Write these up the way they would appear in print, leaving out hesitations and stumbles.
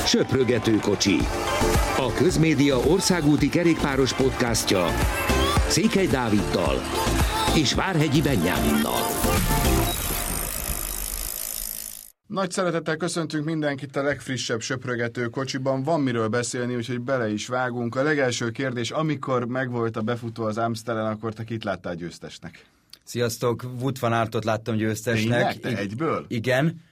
Söprögető kocsi. A Közmédia országúti kerékpáros podcastja Székely Dáviddal és Várhegyi Benyáminnal. Nagy szeretettel köszöntünk mindenkit a legfrissebb Söprögető kocsiban. Van miről beszélni, úgyhogy bele is vágunk. A legelső kérdés, amikor megvolt a befutó az Amstelen, akkor te kit láttál győztesnek? Sziasztok, Wout van Aertot láttam győztesnek. Tényleg? Te egyből? Igen.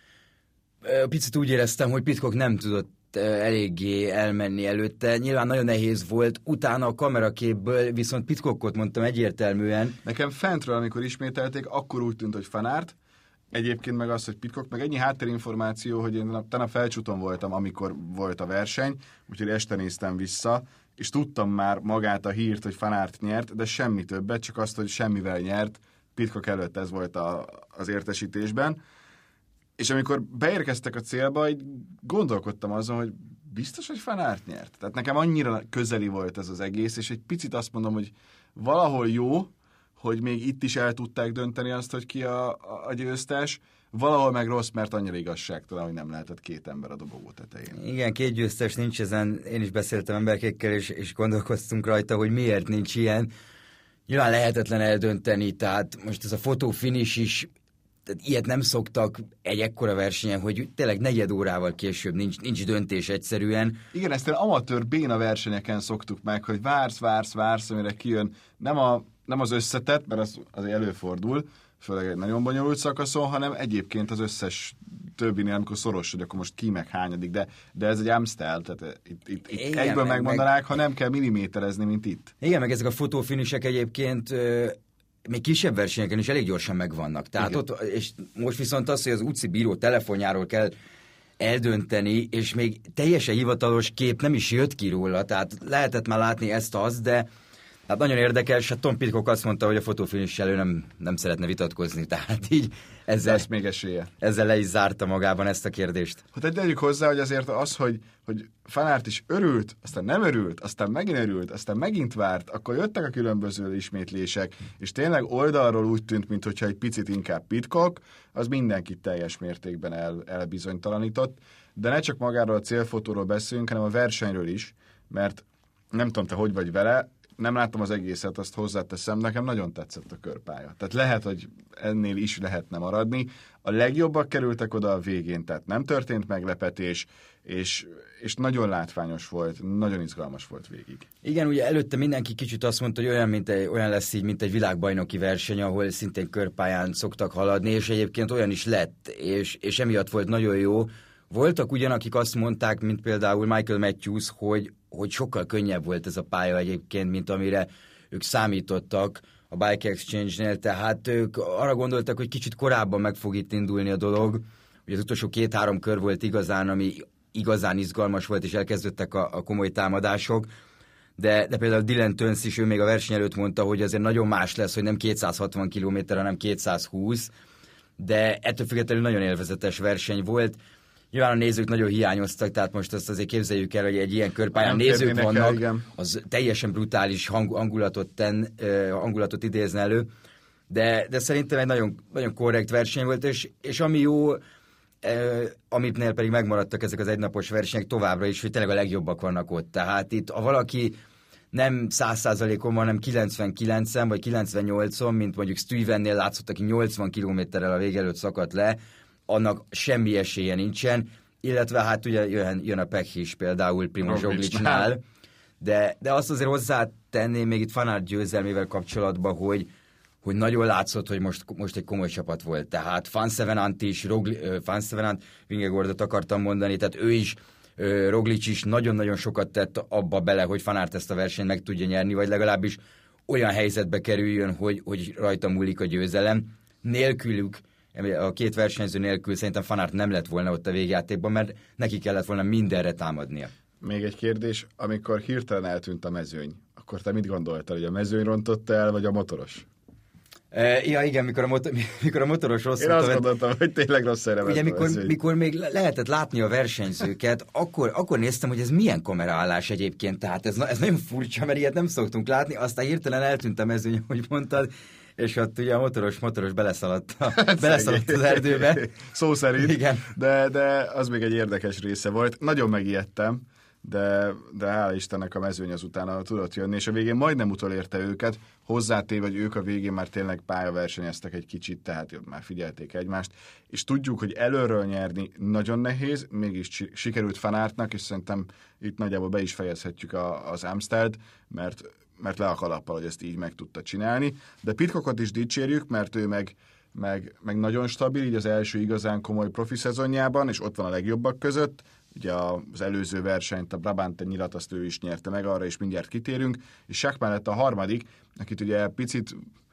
Picit úgy éreztem, hogy Pidcock nem tudott eléggé elmenni előtte. Nyilván nagyon nehéz volt. Utána a kameraképből viszont Pidcockot mondtam egyértelműen. Nekem fentről, amikor ismételték, akkor úgy tűnt, hogy Van Aert. Egyébként meg az, hogy Pidcock, meg ennyi háttérinformáció, hogy én tegnap Felcsúton voltam, amikor volt a verseny, úgyhogy este néztem vissza, és tudtam már magát a hírt, hogy Van Aert nyert, de semmi többet, csak azt, hogy semmivel nyert. Pidcock előtt ez volt az értesítésben. És amikor beérkeztek a célba, így gondolkodtam azon, hogy biztos, hogy Van Aert nyert. Tehát nekem annyira közeli volt ez az egész, és egy picit azt mondom, hogy valahol jó, hogy még itt is el tudták dönteni azt, hogy ki a győztes, valahol meg rossz, mert annyira igazságtalan, hogy nem lehetett két ember a dobogó tetején. Igen, két győztes nincs ezen. Én is beszéltem emberkékkel, és gondolkoztunk rajta, hogy miért nincs ilyen. Nyilván lehetetlen eldönteni, tehát most ez a fotó-finish is, tehát ilyet nem szoktak egy ekkora versenyen, hogy tényleg negyed órával később nincs döntés egyszerűen. Igen, ezt amatőr béna versenyeken szoktuk meg, hogy vársz, amire kijön nem az összetett, mert az azért előfordul, főleg egy nagyon bonyolult szakaszon, hanem egyébként az összes többinél, amikor szoros, hogy akkor most ki meg hányadik, de ez egy Amstel, tehát itt igen, egyből megmondanák, ha nem kell milliméterezni, mint itt. Igen, meg ezek a fotófinisek egyébként még kisebb versenyeken is elég gyorsan megvannak. Tehát ott, és most viszont az, hogy az UCI bíró telefonjáról kell eldönteni, és még teljesen hivatalos kép nem is jött ki róla, tehát lehetett már látni ezt-azt, de hát nagyon érdekes, hát Tom Pidcock azt mondta, hogy a fotófinissel ő nem szeretne vitatkozni, tehát így ezzel le is zárta magában ezt a kérdést. Hát tegyük hozzá, hogy azért az, hogy Van Aert is örült, aztán nem örült, aztán megint örült, aztán megint várt, akkor jöttek a különböző ismétlések, és tényleg oldalról úgy tűnt, mintha egy picit inkább Pidcock, az mindenkit teljes mértékben elbizonytalanított, de ne csak magáról a célfotóról beszéljünk, hanem a versenyről is, mert nem tudom, te hogy vagy vele, nem láttam az egészet, azt hozzáteszem, nekem nagyon tetszett a körpálya. Tehát lehet, hogy ennél is lehetne maradni. A legjobbak kerültek oda a végén, tehát nem történt meglepetés, és nagyon látványos volt, nagyon izgalmas volt végig. Igen, ugye előtte mindenki kicsit azt mondta, hogy olyan lesz így, mint egy világbajnoki verseny, ahol szintén körpályán szoktak haladni, és egyébként olyan is lett, és emiatt volt nagyon jó. Voltak ugyan, akik azt mondták, mint például Michael Matthews, hogy sokkal könnyebb volt ez a pálya egyébként, mint amire ők számítottak a Bike Exchange-nél, tehát ők arra gondoltak, hogy kicsit korábban meg fog itt indulni a dolog, hogy az utolsó 2-3 kör volt igazán, ami igazán izgalmas volt, és elkezdődtek a komoly támadások, de például Dylan Teuns is, ő még a verseny előtt mondta, hogy azért nagyon más lesz, hogy nem 260 km, hanem 220, de ettől függetlenül nagyon élvezetes verseny volt. Nyilván a nézők nagyon hiányoztak, tehát most azt azért képzeljük el, hogy egy ilyen körpályán nézők vannak, az teljesen brutális hangulatot idézne elő, de szerintem egy nagyon, nagyon korrekt verseny volt, és ami jó, amitnél pedig megmaradtak ezek az egynapos versenyek továbbra is, hogy tényleg a legjobbak vannak ott. Tehát itt, ha valaki nem 100%-on van, hanem 99-en vagy 98-on, mint mondjuk Stuyvennél látszott, aki 80 kilométerrel a vége előtt szakadt le, annak semmi esélye nincsen, illetve hát ugye jön a pech is például Primož Roglicnál, de azt azért hozzátenném még itt Van Aert győzelmével kapcsolatban, hogy nagyon látszott, hogy most egy komoly csapat volt. Tehát Van Sevenant is, Van Sevenant, Vingegaardot akartam mondani, tehát ő is, Roglic is nagyon-nagyon sokat tett abba bele, hogy Van Aert ezt a versenyt meg tudja nyerni, vagy legalábbis olyan helyzetbe kerüljön, hogy rajta múlik a győzelem. Nélkülük, a két versenyző nélkül szerintem Van Aert nem lett volna ott a végjátékban, mert neki kellett volna mindenre támadnia. Még egy kérdés, amikor hirtelen eltűnt a mezőny, akkor te mit gondoltál, hogy a mezőny rontotta el, vagy a motoros? Ja, igen, mikor a motoros rossz. Én azt gondoltam, hogy tényleg rossz helyre ment. Ugye, mikor még lehetett látni a versenyzőket, akkor néztem, hogy ez milyen kameraállás egyébként, tehát ez nagyon furcsa, mert ilyet nem szoktunk látni, aztán hirtelen eltűnt a mezőny, hogy mondtad, és ott ugye a motoros beleszaladt az erdőbe. Szó szerint, igen. De az még egy érdekes része volt. Nagyon megijedtem, de hála Istennek a mezőny azután tudott jönni, és a végén majdnem utolérte őket, hozzátéve, hogy ők a végén már tényleg pályaversenyeztek egy kicsit, tehát már figyelték egymást, és tudjuk, hogy előről nyerni nagyon nehéz, mégis sikerült Van Aertnak, és szerintem itt nagyjából be is fejezhetjük az Amstelt, mert le a kalappal, hogy ezt így meg tudta csinálni, de Pidcockot is dicsérjük, mert ő meg nagyon stabil, így az első igazán komoly profi szezonjában, és ott van a legjobbak között. Ugye az előző versenyt, a Brabante nyilat, azt ő is nyerte meg, arra is mindjárt kitérünk, és Schachmann lett a harmadik, akit ugye picit,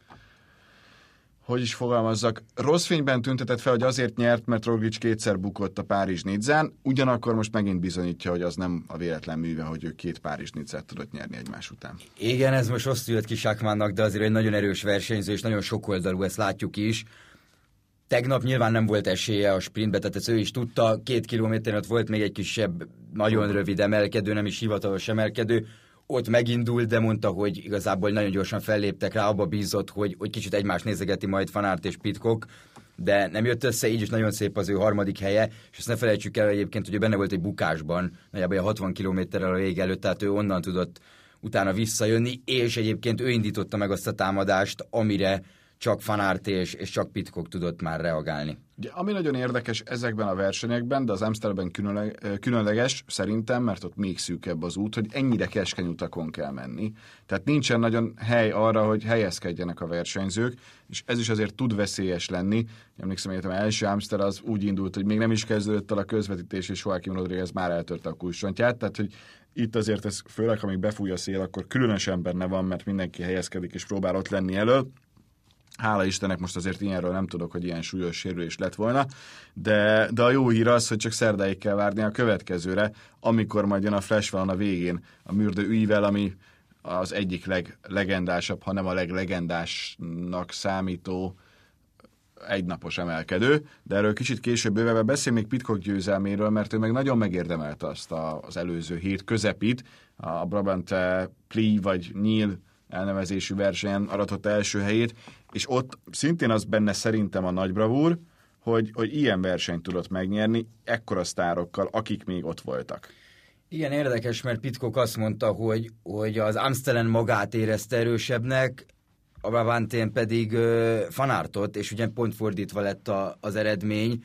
hogy is fogalmazzak, rossz fényben tüntetett fel, hogy azért nyert, mert Roglic kétszer bukott a Párizs-Nizzán, ugyanakkor most megint bizonyítja, hogy az nem a véletlen műve, hogy ő 2 Párizs-Nizzát tudott nyerni egymás után. Igen, ez most rosszul jött ki Schachmannnak, de azért egy nagyon erős versenyző, és nagyon sokoldalú, ezt látjuk is. Tegnap nyilván nem volt esélye a sprintbe, tehát ezt ő is tudta, 2 kilométeren ott volt még egy kisebb, nagyon rövid emelkedő, nem is hivatalos emelkedő, ott megindult, de mondta, hogy igazából nagyon gyorsan felléptek rá, abba bízott, hogy kicsit egymást nézegeti majd Van Aert és Pidcock, de nem jött össze, így is nagyon szép az ő harmadik helye, és ezt ne felejtsük el egyébként, hogy ő benne volt egy bukásban, nagyjából 60 kilométerrel a vég előtt, tehát ő onnan tudott utána visszajönni, és egyébként ő indította meg azt a támadást, amire csak Van Aert és csak Pidcock tudott már reagálni. Ugye, ami nagyon érdekes ezekben a versenyekben, de az Amstelben különleges szerintem, mert ott még szűkebb az út, hogy ennyire keskeny utakon kell menni. Tehát nincsen nagyon hely arra, hogy helyezkedjenek a versenyzők, és ez is azért tud veszélyes lenni. Emlékszem, hogy az első Amstel az úgy indult, hogy még nem is kezdődött el a közvetítés, és Joaquim Rodriguez már eltörte a kulcsontját, tehát hogy itt azért ez főleg, amíg befúj a szél, akkor különösen benne van, mert mindenki helyezkedik és próbál ott lenni elől. Hála Istennek most azért ilyenről nem tudok, hogy ilyen súlyos sérülés lett volna, de a jó hír az, hogy csak szerdáig kell várni a következőre, amikor majd jön a Flash van a végén, a Mur de Huy-vel, ami az egyik leglegendásabb, hanem a leglegendásnak számító egynapos emelkedő, de erről kicsit később bővebben beszél még Pidcock győzelméről, mert ő meg nagyon megérdemelte azt az előző hét közepit, a Brabante Pli vagy Nyíl elnevezésű versenyen aratott első helyét, és ott szintén az benne szerintem a nagy bravúr, hogy ilyen versenyt tudott megnyerni ekkora sztárokkal, akik még ott voltak. Igen, érdekes, mert Pidcock azt mondta, hogy az Amstelen magát érezte erősebbnek, a Brabantén pedig Van Aertot, és ugye pont fordítva lett az eredmény.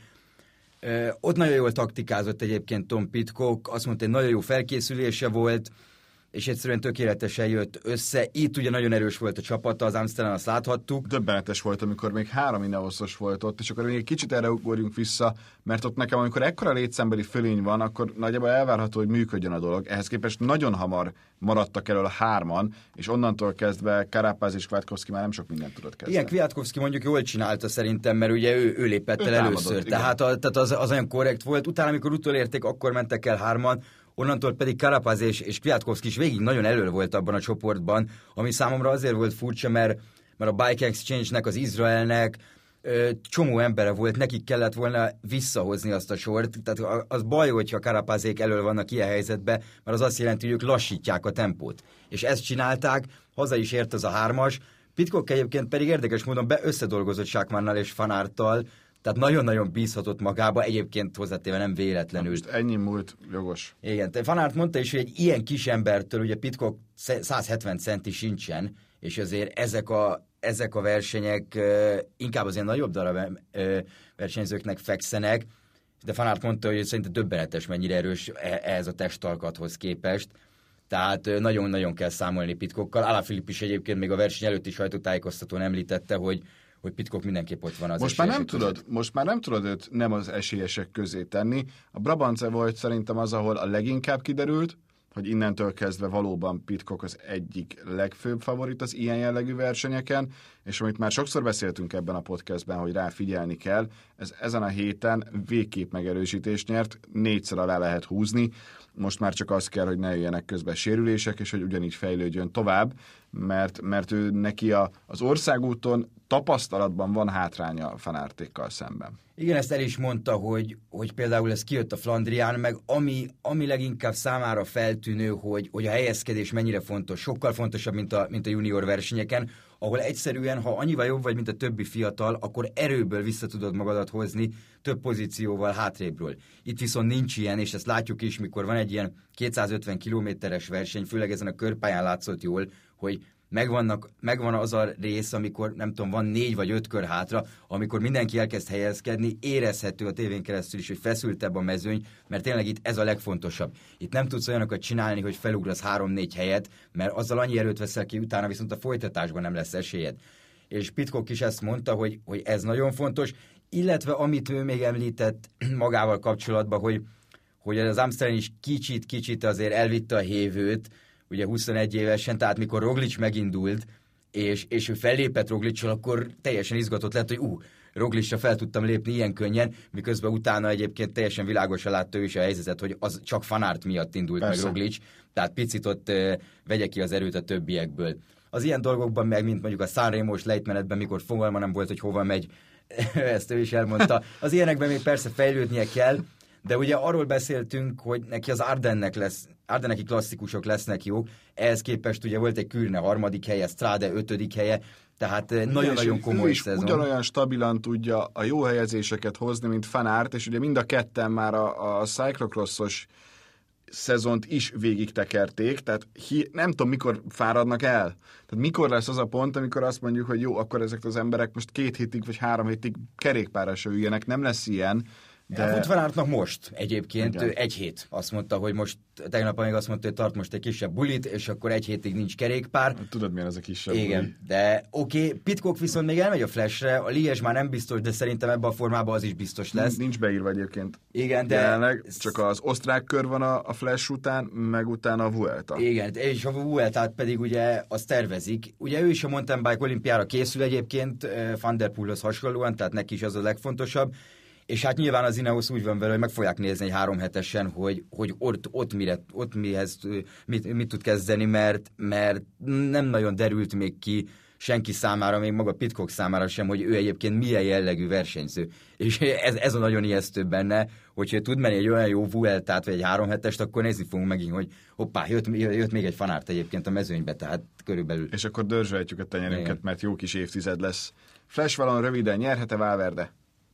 Ott nagyon jól taktikázott egyébként Tom Pidcock, azt mondta, hogy nagyon jó felkészülése volt, és egyszerűen tökéletesen jött össze. Itt ugye nagyon erős volt a csapata, az Amstelen, azt láthattuk. Döbbenetes volt, amikor még 3 Ineosos volt ott, és akkor még egy kicsit erre ugorjunk vissza, mert ott nekem, amikor ekkora létszámbeli fölény van, akkor nagyjából elvárható, hogy működjön a dolog. Ehhez képest nagyon hamar maradtak elől a 3-an, és onnantól kezdve Carapaz és Kwiatkowski már nem sok mindent tudott kezdeni. Igen, Kwiatkowski mondjuk jól csinálta szerintem, mert ugye ő lépett el először. Tehát az olyan korrekt volt. Utána, amikor utolérték, akkor mentek el 3-an, onnantól pedig Carapaz és Kwiatkowski is végig nagyon elől volt abban a csoportban, ami számomra azért volt furcsa, mert a Bike Exchange-nek, az Izraelnek csomó embere volt, nekik kellett volna visszahozni azt a sort, tehát az baj, hogyha Carapazék elől vannak ilyen helyzetben, mert az azt jelenti, hogy ők lassítják a tempót. És ezt csinálták, haza is ért az a 3-as, Pidcock egyébként pedig érdekes módon összedolgozott Schachmannnal és Van Aerttal, tehát nagyon-nagyon bízhatott magába, egyébként hozzátéve nem véletlenül. Most ennyi múlt, jogos. Igen, Van Aert mondta is, hogy egy ilyen kis embertől, ugye Pidcock 170 centi sincsen, és azért ezek a versenyek inkább az ilyen nagyobb darab versenyzőknek fekszenek, de Van Aert mondta, hogy szerintem döbbenetes, mennyire erős ehhez a testalkathoz képest. Tehát nagyon-nagyon kell számolni Pidcockkal. Alaphilippe is egyébként még a verseny előtti sajtótájékoztatón említette, hogy Pidcock mindenképp ott van az esélyesek között. Most már nem tudod őt nem az esélyesek közé tenni. A Brabantse volt szerintem az, ahol a leginkább kiderült, hogy innentől kezdve valóban Pidcock az egyik legfőbb favorit az ilyen jellegű versenyeken, és amit már sokszor beszéltünk ebben a podcastben, hogy rá figyelni kell, ez ezen a héten végképp megerősítést nyert, 4-szer alá lehet húzni, most már csak az kell, hogy ne jöjjenek közben sérülések, és hogy ugyanígy fejlődjön tovább, mert ő neki az országúton tapasztalatban van hátránya Van Aertékkal szemben. Igen, ezt el is mondta, hogy például ez kijött a Flandrián, meg ami leginkább számára feltűnő, hogy a helyezkedés mennyire fontos, sokkal fontosabb, mint a junior versenyeken, ahol egyszerűen, ha annyival jobb vagy, mint a többi fiatal, akkor erőből vissza tudod magadat hozni több pozícióval hátrébről. Itt viszont nincs ilyen, és ezt látjuk is, mikor van egy ilyen 250 kilométeres verseny, főleg ezen a körpályán látszott jól, hogy megvan az a rész, amikor nem tudom, van 4 vagy 5 kör hátra, amikor mindenki elkezd helyezkedni, érezhető a tévén keresztül is, hogy feszültebb a mezőny, mert tényleg itt ez a legfontosabb. Itt nem tudsz olyanokat csinálni, hogy felugrasz 3-4 helyet, mert azzal annyi erőt veszel ki, utána viszont a folytatásban nem lesz esélyed. És Pidcock is ezt mondta, hogy ez nagyon fontos, illetve amit ő még említett magával kapcsolatban, hogy az Amstelvén is kicsit azért elvitte a hévőt, ugye 21 évesen, tehát mikor Roglic megindult, és ő fellépett Roglicsal, akkor teljesen izgatott lett, hogy Roglicra fel tudtam lépni ilyen könnyen, miközben utána egyébként teljesen világosan látta ő is a helyzetet, hogy az csak Van Aert miatt indult meg Roglic, tehát picit ott vegye ki az erőt a többiekből. Az ilyen dolgokban meg, mint mondjuk a Sanremo-s lejtmenetben, mikor fogalma nem volt, hogy hova megy, ezt ő is elmondta. Az ilyenekben még persze fejlődnie kell, de ugye arról beszéltünk, hogy neki az Ardenneki klasszikusok lesznek jók, ehhez képest ugye volt egy Kürne 3. helye, Strade 5. helye, tehát nagyon-nagyon komoly szezon. Ugyanolyan stabilan tudja a jó helyezéseket hozni, mint Van Aert, és ugye mind a ketten már a cyclocrossos szezont is végig tekerték, tehát nem tudom, mikor fáradnak el. Tehát mikor lesz az a pont, amikor azt mondjuk, hogy jó, akkor ezek az emberek most 2 hétig vagy 3 hétig kerékpárra se üljenek, nem lesz ilyen. De Van Aertnak most egyébként igen. 1 hét. Azt mondta, hogy most tegnap még azt mondta, hogy tart most egy kisebb bulit, és akkor 1 hétig nincs kerékpár. Tudod, milyen ez a kisebb igen, buli. De oké, Pidcock viszont még elmegy a Flashre, a Liège már nem biztos, de szerintem ebben a formában az is biztos lesz. Nincs beírva egyébként. Igen, de... Jelenleg csak az osztrák kör van a Flash után, meg utána a Vuelta. Igen, és a Vueltát pedig ugye azt tervezik. Ugye ő is a mountain bike olimpiára készül egyébként, Van der Poelhoz hasonlóan, tehát neki is az a legfontosabb. És hát nyilván az Ineos úgy van vele, hogy meg fogják nézni egy 3 hetesen, hogy ott mit tud kezdeni, mert nem nagyon derült még ki senki számára, még maga Pidcock számára sem, hogy ő egyébként milyen jellegű versenyző. És ez a nagyon ijesztő benne, hogyha tud menni egy olyan jó Vueltát, vagy egy 3 hetest, akkor nézni fogunk megint, hogy hoppá, jött még egy Van Aert egyébként a mezőnybe, tehát körülbelül. És akkor dörzsölhetjük a tenyerünket, mert jó kis évtized lesz. Flash Wallon röviden, nyerhet-e Valverde?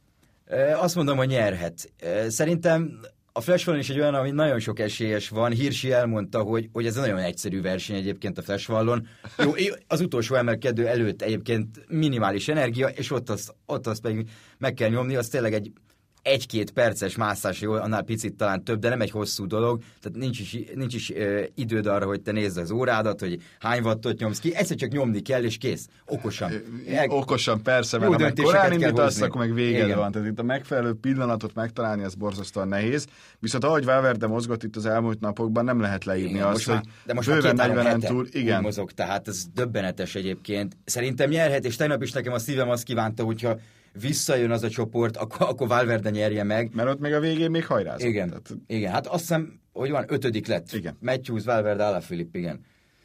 Azt mondom, hogy nyerhet. Szerintem a Flash Wallon is egy olyan, ami nagyon sok esélyes van. Hirschi elmondta, hogy ez egy nagyon egyszerű verseny egyébként a Flash Wallon. Jó, az utolsó emelkedő előtt egyébként minimális energia, és ott azt pedig meg kell nyomni, az tényleg egy 1-2 perces mászás, jó, annál picit talán több, de nem egy hosszú dolog, tehát nincs is időd arra, hogy te nézd az órádat, hogy hány wattot nyomsz ki, egyszer csak nyomni kell, és kész. Okosan. Okosan, persze, mert ha korán indítasz, akkor meg véged van. Tehát itt a megfelelő pillanatot megtalálni, az borzasztóan nehéz. Viszont ahogy Valverde mozgott itt az elmúlt napokban, nem lehet leírni azt, hogy de most már 2-3 hete túl, igen. mozog, tehát ez döbbenetes egyébként. Szerintem nyerhet, és tegnap is nekem a szívem azt kívánta, hogyha visszajön az a csoport, akkor Valverde nyerje meg. Mert ott még a végén még hajrázott. Igen, igen, hát azt hiszem, hogy van 5. lett. Igen. Matthews, Valverde, Alaphilippe, igen.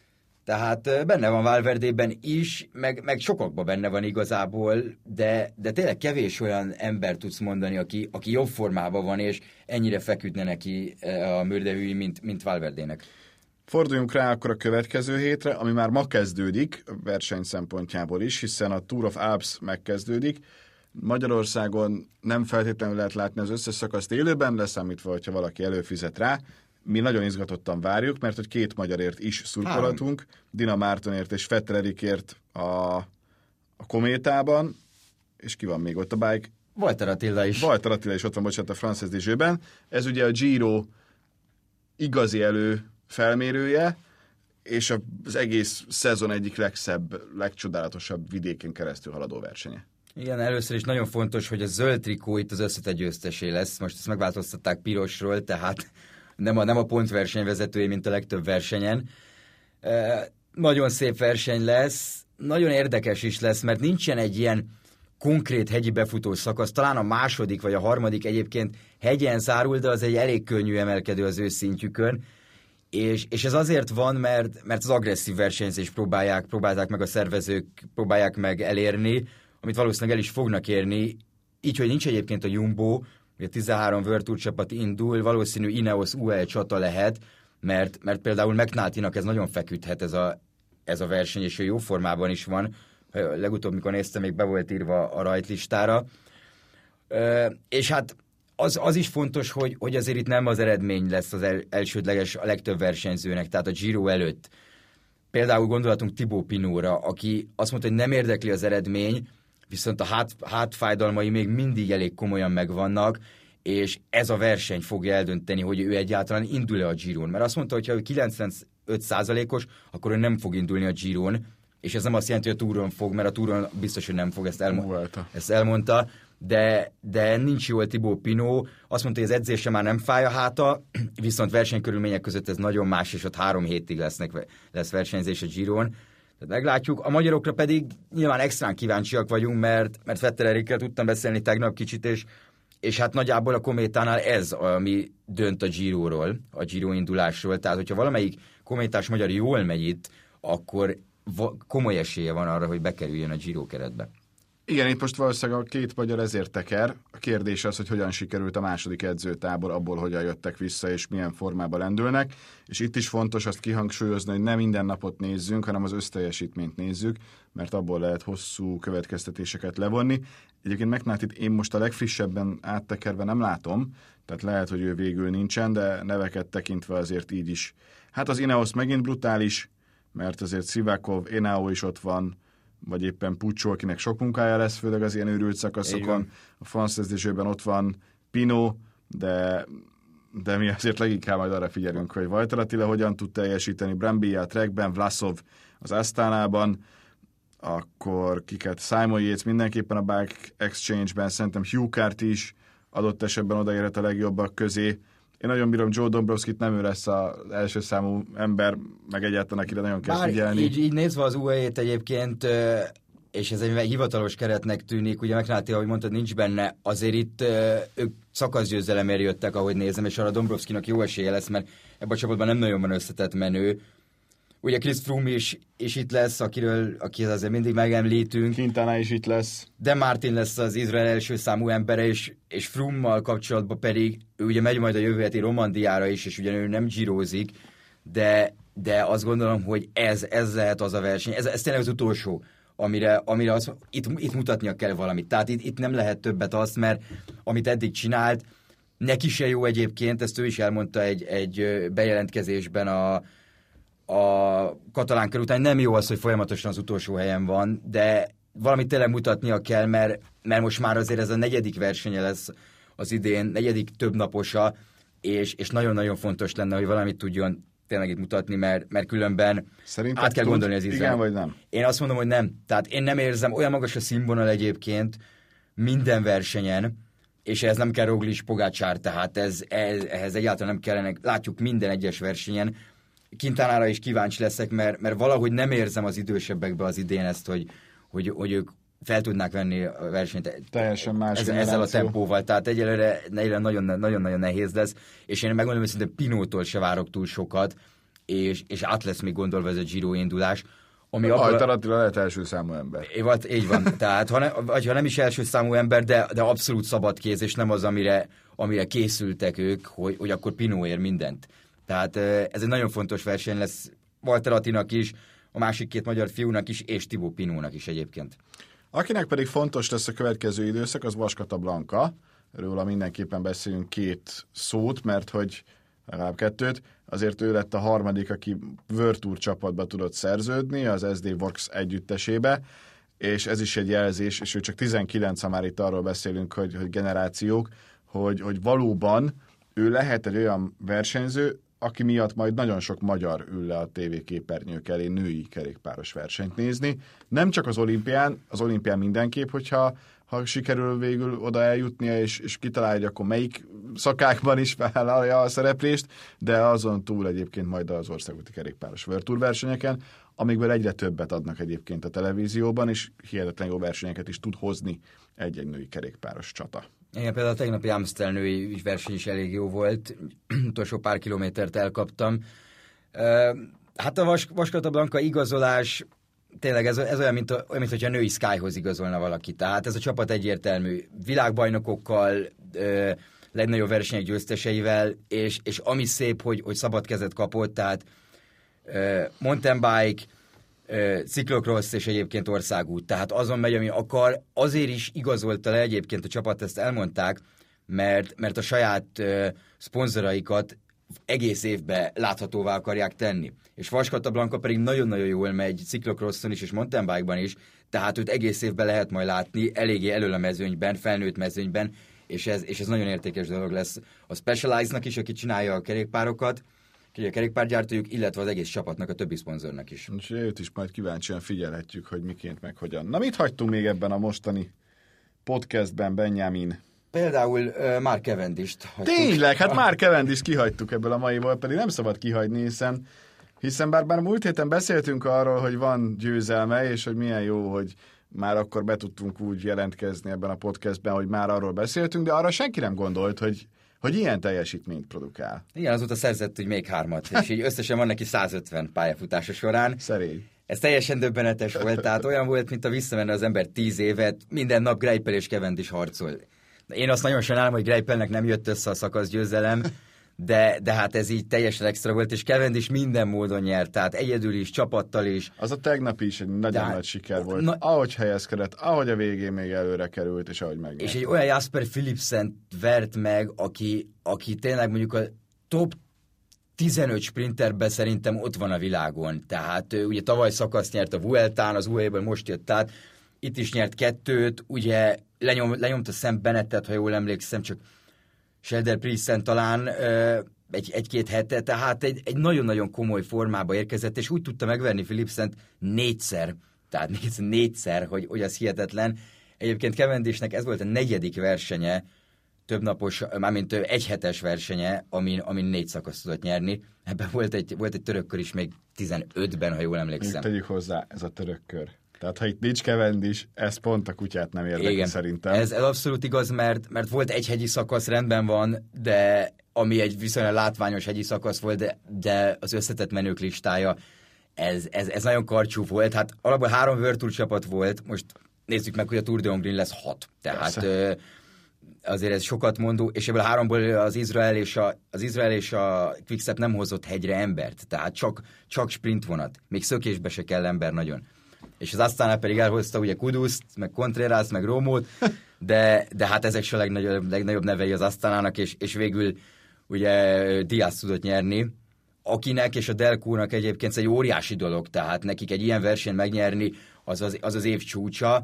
Tehát benne van Valverdében is, meg sokakban benne van igazából, de tényleg kevés olyan ember tudsz mondani, aki jobb formában van, és ennyire feküdne neki a mürdehűi, mint Valverdének. Forduljunk rá akkor a következő hétre, ami már ma kezdődik, verseny szempontjából is, hiszen a Tour of Alps megkezdődik. Magyarországon nem feltétlenül lehet látni az összes szakaszt élőben, leszámítva, hogyha valaki előfizet rá. Mi nagyon izgatottan várjuk, mert hogy 2 magyarért is szurkolhatunk, Dina Mártonért és Vetter Erikért a Kométában, és ki van még ott a bike? Walter Attila is. Walter Attila is ott van, bocsánat, a Frances Désőben. Ez ugye a Giro igazi felmérője, és az egész szezon egyik legszebb, legcsodálatosabb vidéken keresztül haladó versenye. Igen, először is nagyon fontos, hogy a zöld trikó itt az összetett győztesé lesz. Most ezt megváltoztatták pirosról, tehát nem a pontverseny vezetői, mint a legtöbb versenyen. Nagyon szép verseny lesz, nagyon érdekes is lesz, mert nincsen egy ilyen konkrét hegyi befutó szakasz. Talán a 2. vagy a 3. egyébként hegyen zárul, de az egy elég könnyű emelkedő az ő szintjükön. És ez azért van, mert az agresszív versenyzést próbálták meg a szervezők, próbálják meg elérni, amit valószínűleg el is fognak érni, így, hogy nincs egyébként a Jumbo, a 13 World Tour csapat indul, valószínű Ineos UAE csata lehet, mert például McNulty-nak ez nagyon feküdhet ez a verseny, és ő jó formában is van. Legutóbb, mikor néztem, még be volt írva a rajtlistára. És hát az is fontos, hogy azért itt nem az eredmény lesz az elsődleges a legtöbb versenyzőnek, tehát a Giro előtt. Például gondolatunk Thibaut Pinotra, aki azt mondta, hogy nem érdekli az eredmény, viszont a hátfájdalmai még mindig elég komolyan megvannak, és ez a verseny fogja eldönteni, hogy ő egyáltalán indul-e a Giron. Mert azt mondta, hogy ha ő 95%-os, akkor ő nem fog indulni a Giron, és ez nem azt jelenti, hogy a Touron fog, mert a Touron biztos, hogy nem fog, ezt elmondta, de nincs jól Thibaut Pinot, azt mondta, hogy az edzése már nem fáj a háta, viszont versenykörülmények között ez nagyon más, és ott 3 hétig lesz versenyzés a Giron. Tehát meglátjuk. A magyarokra pedig nyilván extrán kíváncsiak vagyunk, mert Vetter Erikkel tudtam beszélni tegnap kicsit, és hát nagyjából a Kométánál ez, ami dönt a Giroról, a Giro indulásról. Tehát, hogyha valamelyik kométás magyar jól megy itt, akkor komoly esélye van arra, hogy bekerüljön a Giro keretbe. Igen, itt most valószínűleg a két magyar ezért teker. A kérdés az, hogy hogyan sikerült a második edzőtábor, abból hogyan jöttek vissza, és milyen formában lendülnek. És itt is fontos azt kihangsúlyozni, hogy nem minden napot nézzünk, hanem az összteljesítményt nézzük, mert abból lehet hosszú következtetéseket levonni. Egyébként McNultyt én most a legfrissebben áttekerve nem látom, tehát lehet, hogy ő végül nincsen, de neveket tekintve azért így is. Hát az Ineos megint brutális, mert azért Sivakov, Henao is ott van, vagy éppen Puccio, akinek sok munkája lesz, főleg az ilyen őrült szakaszokon. A Française ott van Pinot, de mi azért leginkább majd arra figyelünk, hogy Walter Attila hogyan tud teljesíteni, Brambilla, Trekben, Vlasov az Astánában, akkor kiket Simon Yates mindenképpen a Bike Exchange-ben, szerintem Hugh Carty is adott esetben odaérhet a legjobbak közé. Én nagyon bírom Joe Dombrowskit, nem ő lesz az első számú ember, meg egyáltalán akire nagyon kell figyelni. Így nézve az UAE-t egyébként, és ez egy hivatalos keretnek tűnik, ugye McNulty, ahogy mondtad, nincs benne, azért itt ők szakaszgyőzelemért jöttek, ahogy nézem, és arra Dombrowskinak jó esélye lesz, mert ebben a csapatban nem nagyon van összetett menő. Ugye Chris Froome is itt lesz, aki azért mindig megemlítünk. Quintana is itt lesz. De Martin lesz az Izrael első számú embere, és Froome-mal kapcsolatban pedig ő ugye megy majd a jövő heti Romandiára is, és ugye ő nem gyírozik, de azt gondolom, hogy ez lehet az a verseny. Ez tényleg az utolsó, amire itt mutatnia kell valamit. Tehát itt nem lehet többet azt, mert amit eddig csinált, neki se jó egyébként, ezt ő is elmondta egy bejelentkezésben a katalán kör után, nem jó az, hogy folyamatosan az utolsó helyen van, de valamit tényleg mutatnia kell, mert most már azért ez a 4. versenye lesz az idén, 4. többnaposa, és nagyon-nagyon fontos lenne, hogy valamit tudjon tényleg itt mutatni, mert különben szerintem át kell gondolni az Izrael. Igen vagy nem? Én azt mondom, hogy nem. Tehát én nem érzem, olyan magas a színvonal egyébként minden versenyen, és ez nem kell Roglic, Pogačar, tehát ehhez egyáltalán nem kellene, látjuk minden egyes versenyen. Quintanára is kíváncsi leszek, mert valahogy nem érzem az idősebbekbe az idén ezt, hogy ők fel tudnák venni a versenyt teljesen más ezzel a tempóval, tehát egyelőre nagyon-nagyon nehéz lesz, és én megmondom, hogy szerintem Pinottól se várok túl sokat, és át lesz még gondolva ez a Giro indulás. Alternatíva lehet első számú ember. Így van, tehát ha nem is első számú ember, de abszolút szabad kéz, és nem az, amire készültek ők, hogy akkor Pinot ér mindent. Tehát ez egy nagyon fontos verseny lesz Walter Attinak is, a másik 2 magyar fiúnak is, és Thibaut Pinotnak is egyébként. Akinek pedig fontos lesz a következő időszak, az Vaskata Blanka. Róla mindenképpen beszélünk 2 szót, mert hogy legalább 2, azért ő lett a harmadik, aki World Tour csapatba tudott szerződni, az SD Works együttesébe, és ez is egy jelzés, és ő csak 19, ha már itt arról beszélünk, hogy generációk, hogy valóban ő lehet egy olyan versenyző, aki miatt majd nagyon sok magyar ül le a tévéképernyők elé női kerékpáros versenyt nézni. Nem csak az olimpián mindenképp, hogyha sikerül végül oda eljutnia, és kitalálja, hogy akkor melyik szakákban is vállalja a szereplést, de azon túl egyébként majd az országúti kerékpáros World Tour versenyeken, amikből egyre többet adnak egyébként a televízióban, és hihetetlen jó versenyeket is tud hozni egy-egy női kerékpáros csata. Igen, például a tegnapi Amstel női verseny is elég jó volt, utolsó pár kilométert elkaptam. Hát a Vaskata Blanka igazolás tényleg ez olyan, mint hogyha a női Skyhoz igazolna valaki. Tehát ez a csapat egyértelmű világbajnokokkal, legnagyobb versenyek győzteseivel, és ami szép, hogy szabad kezet kapott, tehát mountain bike, ciklokrossz és egyébként országút. Tehát azon megy, ami akar. Azért is igazolta le egyébként a csapat, ezt elmondták, mert a saját szponzoraikat egész évben láthatóvá akarják tenni. És Vaskata Blanka pedig nagyon-nagyon jól megy ciklokrosszon is és mountain bike-ban is, tehát őt egész évben lehet majd látni, eléggé elől a mezőnyben, felnőtt mezőnyben, és ez nagyon értékes dolog lesz a Specialized-nak is, aki csinálja a kerékpárokat, a kerékpárgyártójuk, illetve az egész csapatnak, a többi szponzornak is. És őt is majd kíváncsian figyelhetjük, hogy miként meg hogyan. Na, mit hagytunk még ebben a mostani podcastben, Benjamin? Például Mark Cavendish-t hagytuk. Tényleg, hát Mark Cavendish kihagytuk ebből a maiból, pedig nem szabad kihagyni, hiszen bár múlt héten beszéltünk arról, hogy van győzelme, és hogy milyen jó, hogy már akkor be tudtunk úgy jelentkezni ebben a podcastben, hogy már arról beszéltünk, de arra senki nem gondolt, hogy ilyen teljesítményt produkál. Igen, azóta szerzett úgy még 3, és így összesen van neki 150 pályafutása során. Szerény. Ez teljesen döbbenetes volt, tehát olyan volt, mint a visszamenne az ember 10 évet, minden nap Greipel és Cavendish harcol. Én azt nagyon sajnálom, hogy Greipelnek nem jött össze a szakaszgyőzelem, de hát ez így teljesen extra volt, és Cavendish minden módon nyert, tehát egyedül is, csapattal is. Az a tegnapi is egy nagyon nagy siker volt. Ahogy helyezkedett, ahogy a végén még előre került, és ahogy megnyert. És egy olyan Jasper Philipsen vert meg, aki tényleg mondjuk a top 15 sprinterben szerintem ott van a világon. Tehát ugye tavaly szakasz nyert a Vueltán, az UAE-ből most jött át, itt is nyert 2, ugye lenyomta Sam Bennettet, ha jól emlékszem, csak Shelder Priest talán egy-két hete, tehát egy nagyon-nagyon komoly formába érkezett, és úgy tudta megverni Philipsent 4-szer, tehát 4-szer, hogy az hihetetlen. Egyébként Cavendishnek ez volt a 4. versenye, többnapos, mármint egyhetes versenye, amin 4 szakaszt tudott nyerni. Ebben volt egy török kör is még 15-ben, ha jól emlékszem. Még tegyük hozzá, ez a török kör. Tehát ha itt nincs Cavendish, ez pont a kutyát nem érdekli szerintem. Ez abszolút igaz, mert volt egy hegyi szakasz, rendben van, de ami egy viszonylag látványos hegyi szakasz volt, de az összetett menők listája, ez nagyon karcsú volt. Hát alapból 3 World Tour csapat volt, most nézzük meg, hogy a Tour de Hongrie lesz 6. Tehát azért ez sokat mondó, és ebből a 3-ból az Izrael és a Quickstep nem hozott hegyre embert, tehát csak sprint vonat. Még szökésbe se kell ember nagyon. És az Astana pedig elhozta ugye Kuduszt, meg Contreras, meg Romót, de hát ezek se a legnagyobb nevei az Astanának, és végül ugye Diaz tudott nyerni, akinek és a Delcournak egyébként ez egy óriási dolog, tehát nekik egy ilyen versenyt megnyerni az év csúcsa,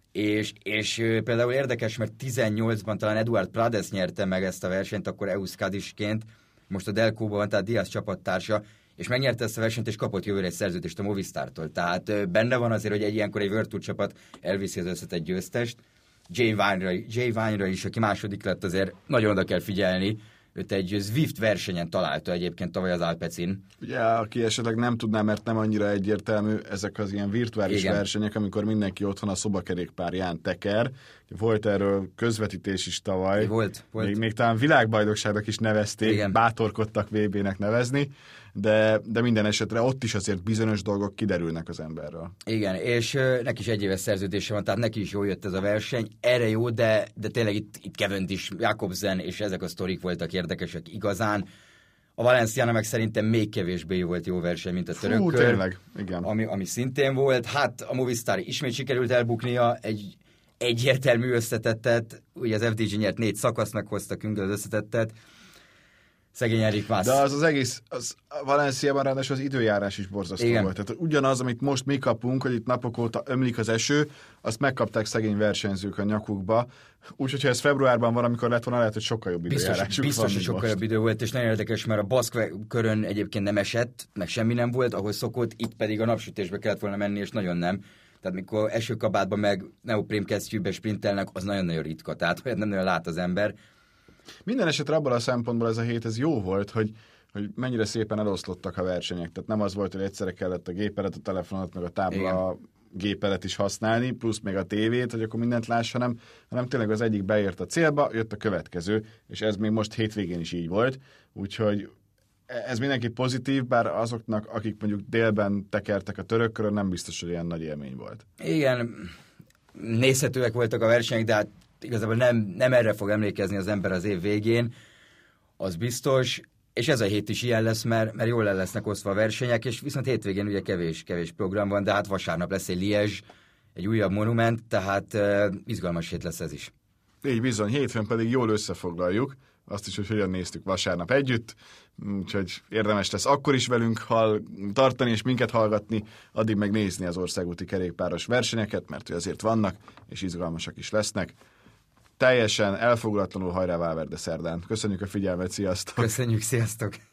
és például érdekes, mert 18-ban talán Eduard Prades nyerte meg ezt a versenyt, akkor Euskadisként, most a Delcourban van, tehát Diaz csapattársa, és megnyerte ezt a versenyt, és kapott jövőre egy szerződést a Movistartól. Tehát benne van azért, hogy ilyenkor egy World Tour csapat elviszi az összetett győztest. Jay Vine-ra is, aki második lett, azért nagyon oda kell figyelni. Őt egy Zwift versenyen találta egyébként tavaly az Alpecin. Ugye, aki esetleg nem tudná, mert nem annyira egyértelmű, ezek az ilyen virtuális versenyek, amikor mindenki otthon a szobakerékpárján teker. Volt erről közvetítés is tavaly. Volt. Még talán világbajnokságnak is nevezték, igen. Bátorkodtak VB-nek nevezni, de minden esetre ott is azért bizonyos dolgok kiderülnek az emberről. Igen, és neki is 1 éves szerződése van, tehát neki is jól jött ez a verseny. Erre jó, de tényleg itt Cavendish, Jakobsen és ezek a sztorik voltak érdekesek igazán. A Valenciana meg szerintem még kevésbé volt jó verseny, mint a török kör. Tényleg, igen. Ami szintén volt. Hát a Movistar ismét sikerült elbuknia egy egyértelmű összetettet. Ugye az FDG nyert 4 szakasznak hoztak az összetettet. Szegény Erik Mas. De az egész, Valenciában ráadásul az időjárás is borzasztó volt. Tehát ugyanaz, amit most mi kapunk, hogy itt napok óta ömlik az eső, azt megkapták szegény versenyzők a nyakukba. Úgyhogy ha ez februárban van, amikor lett volna, lehet, hogy sokkal jobb időjárásuk biztos, hogy sokkal jobb idő volt, és nagyon érdekes, mert a Baszk körön egyébként nem esett, meg semmi nem volt, ahol szokott, itt pedig a napsütésbe kellett volna menni, és nagyon nem. Tehát mikor esőkabátban meg neoprém kesztyűbe sprintelnek, az nagyon-nagyon ritka, tehát olyat nem nagyon lát az ember. Minden esetre abban a szempontból ez a hét ez jó volt, hogy mennyire szépen eloszlottak a versenyek. Tehát nem az volt, hogy egyszerre kellett a gépelet, a telefonot, meg a tábla gépelet is használni, plusz még a tévét, hogy akkor mindent láss, hanem tényleg az egyik beért a célba, jött a következő, és ez még most hétvégén is így volt. Úgyhogy ez mindenki pozitív, bár azoknak, akik mondjuk délben tekertek a törökkörön, nem biztos, hogy ilyen nagy élmény volt. Igen, nézhetőek voltak a versenyek, de hát igazából nem erre fog emlékezni az ember az év végén, az biztos, és ez a hét is ilyen lesz, mert jól el lesznek osztva a versenyek, és viszont hétvégén ugye kevés program van, de hát vasárnap lesz egy Liège, egy újabb monument, tehát izgalmas hét lesz ez is. Így bizony, hétfőn pedig jól összefoglaljuk, azt is, hogy hogyan néztük vasárnap együtt, úgyhogy érdemes lesz akkor is velünk tartani és minket hallgatni, addig meg nézni az országúti kerékpáros versenyeket, mert azért vannak, és izgalmasak is lesznek. Teljesen elfogulatlanul hajrá Valverde szerdán. Köszönjük a figyelmet, sziasztok! Köszönjük, sziasztok!